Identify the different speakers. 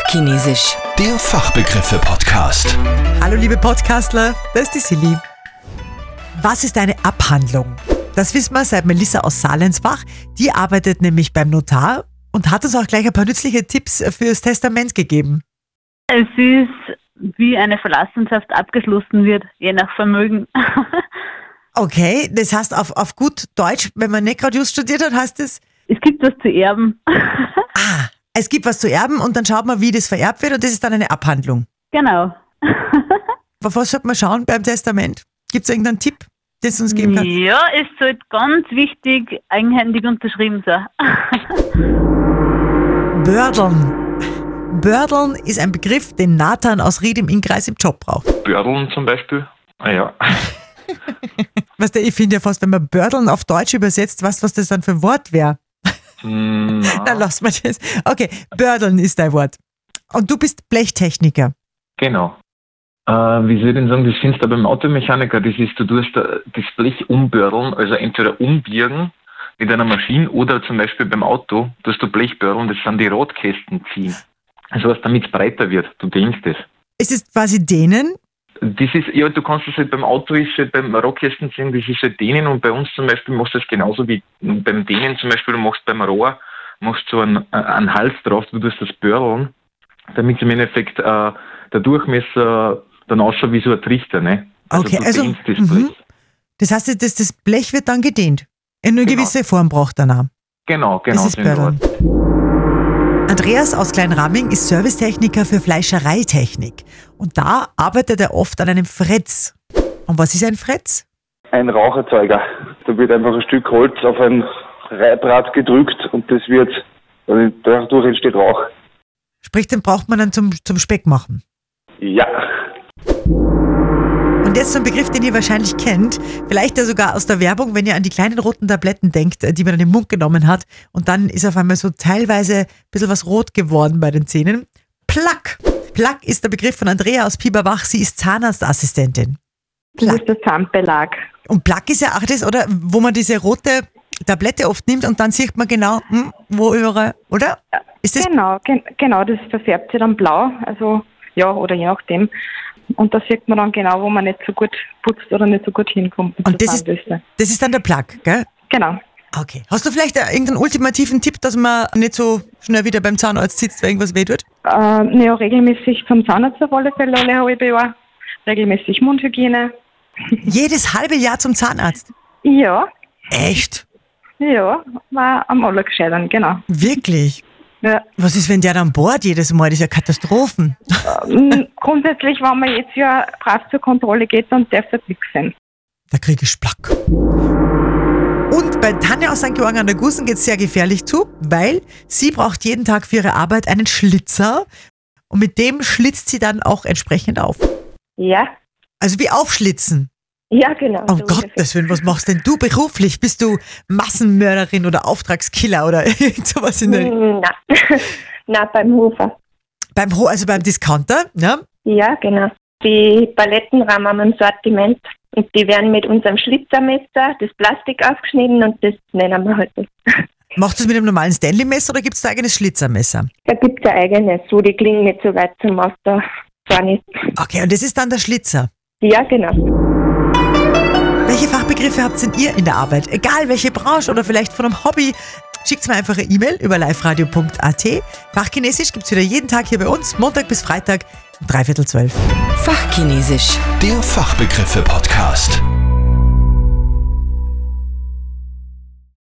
Speaker 1: Fachchinesisch.
Speaker 2: Der Fachbegriffe-Podcast.
Speaker 3: Hallo liebe Podcastler, das ist die Silly. Was ist eine Abhandlung? Das wissen wir seit Melissa aus Salensbach. Die arbeitet nämlich beim Notar und hat uns auch gleich ein paar nützliche Tipps fürs Testament gegeben.
Speaker 4: Es ist, wie eine Verlassenschaft abgeschlossen wird, je nach Vermögen.
Speaker 3: Okay, das heißt auf gut Deutsch, wenn man nicht gerade just studiert hat, heißt es?
Speaker 4: Es gibt was zu erben.
Speaker 3: Es gibt was zu erben und dann schaut man, wie das vererbt wird und das ist dann eine Abhandlung.
Speaker 4: Genau.
Speaker 3: Auf was sollte man schauen beim Testament? Gibt es irgendeinen Tipp, den es uns geben kann?
Speaker 4: Ja, es sollte ganz wichtig eigenhändig unterschrieben sein.
Speaker 3: Bördeln. Bördeln ist ein Begriff, den Nathan aus Ried im Innkreis im Job braucht.
Speaker 5: Bördeln zum Beispiel. Ah ja.
Speaker 3: Weißt du, ich finde ja fast, wenn man Bördeln auf Deutsch übersetzt, was das dann für ein Wort wäre. Dann lassen wir das. Okay, Bördeln ist dein Wort. Und du bist Blechtechniker.
Speaker 5: Genau. Wie soll ich denn sagen, das findest du beim Automechaniker, das ist, du tust das Blech umbördeln, also entweder umbiegen mit einer Maschine oder zum Beispiel beim Auto tust du Blech bördeln, das sind die Radkästen ziehen. Also was damit es breiter wird, du denkst es.
Speaker 3: Es ist quasi dehnen.
Speaker 5: Das ist, ja, du kannst es halt beim Auto, ist halt beim Rohrkästen ziehen, das ist halt dehnen und bei uns zum Beispiel machst du das genauso wie beim Dehnen zum Beispiel, du machst beim Rohr, machst so einen Hals drauf, du tust das bördeln, damit im Endeffekt der Durchmesser dann ausschaut wie so ein Trichter, ne?
Speaker 3: Okay,
Speaker 5: du
Speaker 3: also,
Speaker 5: dehnst das Blech.
Speaker 3: Das heißt, das Blech wird dann gedehnt. Eine gewisse Form braucht danach.
Speaker 5: Genau,
Speaker 3: Das ist
Speaker 5: so in
Speaker 3: Bördeln.
Speaker 5: Ort.
Speaker 3: Andreas aus Kleinramming ist Servicetechniker für Fleischereitechnik. Und da arbeitet er oft an einem Fretz. Und was ist ein Fretz?
Speaker 6: Ein Raucherzeuger. Da wird einfach ein Stück Holz auf ein Reibrad gedrückt und das wird, also dadurch entsteht Rauch.
Speaker 3: Sprich, den braucht man dann zum Speck machen.
Speaker 6: Ja.
Speaker 3: Und jetzt so ein Begriff, den ihr wahrscheinlich kennt, vielleicht ja sogar aus der Werbung, wenn ihr an die kleinen roten Tabletten denkt, die man in den Mund genommen hat und dann ist auf einmal so teilweise ein bisschen was rot geworden bei den Zähnen. Plaque. Plaque ist der Begriff von Andrea aus Pieperbach, sie ist Zahnarztassistentin.
Speaker 7: Das ist der Zahnbelag.
Speaker 3: Und Plaque ist ja auch das, oder? Wo man diese rote Tablette oft nimmt und dann sieht man genau, wo überall, oder? Ist das?
Speaker 7: Genau, das verfärbt sich dann blau, also ja, oder je nachdem. Und da sieht man dann genau, wo man nicht so gut putzt oder nicht so gut hinkommt.
Speaker 3: Und das ist dann der Plaque, gell?
Speaker 7: Genau.
Speaker 3: Okay. Hast du vielleicht irgendeinen ultimativen Tipp, dass man nicht so schnell wieder beim Zahnarzt sitzt, weil irgendwas wehtut?
Speaker 7: Ja, regelmäßig zum Zahnarzt auf alle Fälle, alle halbe Jahr. Regelmäßig Mundhygiene.
Speaker 3: Jedes halbe Jahr zum Zahnarzt?
Speaker 7: Ja.
Speaker 3: Echt?
Speaker 7: Ja, war am allergescheitern, genau.
Speaker 3: Wirklich?
Speaker 7: Ja.
Speaker 3: Was ist, wenn der dann bohrt jedes Mal? Das ist ja Katastrophen.
Speaker 7: Grundsätzlich, wenn man jetzt ja brav zur Kontrolle geht, dann darf das nichts sein.
Speaker 3: Da kriege ich Plaque. Und bei Tanja aus St. Georgen an der Gusen geht es sehr gefährlich zu, weil sie braucht jeden Tag für ihre Arbeit einen Schlitzer und mit dem schlitzt sie dann auch entsprechend auf.
Speaker 8: Ja.
Speaker 3: Also wie aufschlitzen.
Speaker 8: Ja, genau.
Speaker 3: Oh Gottes Willen, was machst denn du beruflich? Bist du Massenmörderin oder Auftragskiller oder irgend sowas in der
Speaker 8: Nein. Nein, beim Hofer.
Speaker 3: Also beim Discounter, ja?
Speaker 8: Ja, genau. Die Palettenrahmen haben wir im Sortiment und die werden mit unserem Schlitzermesser das Plastik aufgeschnitten und das nennen wir halt das.
Speaker 3: Machst du es mit einem normalen Stanley-Messer oder gibt es da ein eigenes Schlitzermesser?
Speaker 8: Da gibt es ein eigenes, so die klingen nicht so weit zum Master. Zwar nicht.
Speaker 3: Okay, und das ist dann der Schlitzer?
Speaker 8: Ja, genau.
Speaker 3: Welche Fachbegriffe habt denn ihr in der Arbeit? Egal welche Branche oder vielleicht von einem Hobby, schickt mir einfach eine E-Mail über liveradio.at. Fachchinesisch gibt es wieder jeden Tag hier bei uns, Montag bis Freitag um 11:45.
Speaker 1: Fachchinesisch.
Speaker 2: Der Fachbegriffe-Podcast.